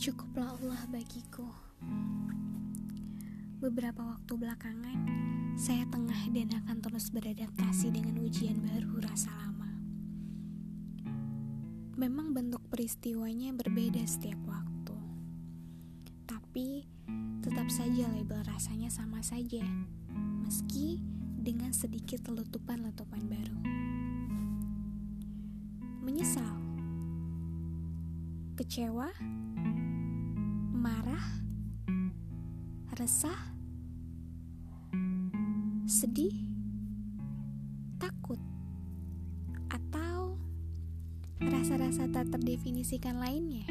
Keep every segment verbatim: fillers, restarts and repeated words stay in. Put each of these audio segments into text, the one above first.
Cukuplah Allah bagiku. Beberapa waktu belakangan, saya tengah dan akan terus beradaptasi dengan ujian baru rasa lama. Memang bentuk peristiwanya berbeda setiap waktu, tapi tetap saja label rasanya sama saja, meski dengan sedikit letupan-letupan baru. Menyesal, kecewa, marah, resah, sedih, takut, atau rasa-rasa tak terdefinisikan lainnya.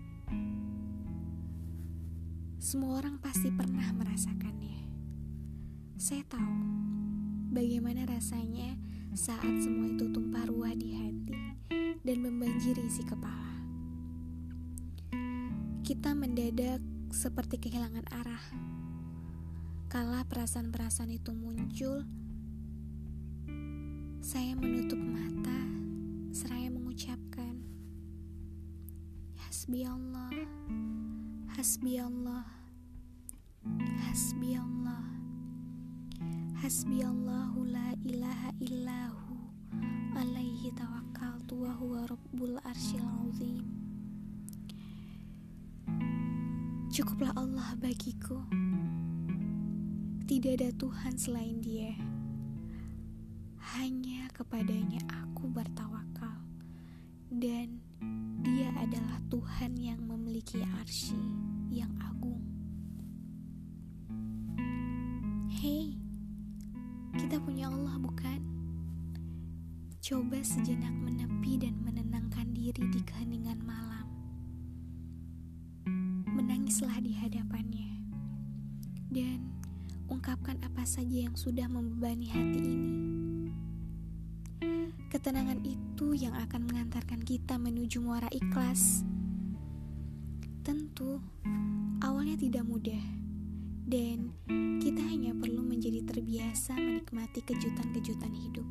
Semua orang pasti pernah merasakannya. Saya tahu bagaimana rasanya saat semua itu tumpah ruah di hati dan membanjiri isi kepala. Kita mendadak seperti kehilangan arah. Kala perasaan-perasaan itu muncul, saya menutup mata seraya mengucapkan, Hasbiyallah, Hasbiyallah, Hasbiyallah, Hasbiyallahu la ilaha illahu, alaihi tawakkaltu wa huwa rabbul arsyil azim. Cukuplah Allah bagiku. Tidak ada Tuhan selain Dia. Hanya kepadanya aku bertawakal, dan Dia adalah Tuhan yang memiliki arsy yang agung. Hei, kita punya Allah bukan? Coba sejenak menepi dan menenangkan diri di keheningan malam. Menangislah di hadapannya, dan ungkapkan apa saja yang sudah membebani hati ini. Ketenangan itu yang akan mengantarkan kita menuju muara ikhlas. Tentu, awalnya tidak mudah, dan kita hanya perlu menjadi terbiasa menikmati kejutan-kejutan hidup.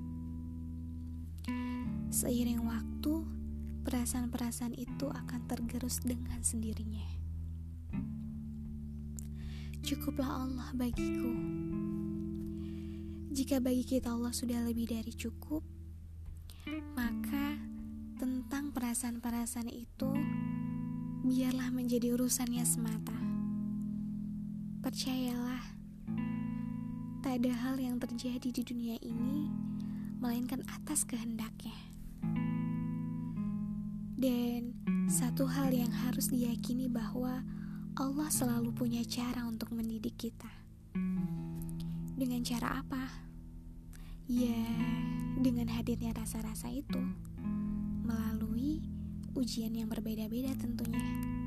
Seiring waktu, perasaan-perasaan itu akan tergerus dengan sendirinya. Cukuplah Allah bagiku. Jika bagi kita Allah sudah lebih dari cukup, maka tentang perasaan-perasaan itu biarlah menjadi urusannya semata. Percayalah, tak ada hal yang terjadi di dunia ini melainkan atas kehendaknya. Dan satu hal yang harus diyakini bahwa Allah selalu punya cara untuk mendidik kita. Dengan cara apa? Ya, dengan hadirnya rasa-rasa itu, melalui ujian yang berbeda-beda tentunya.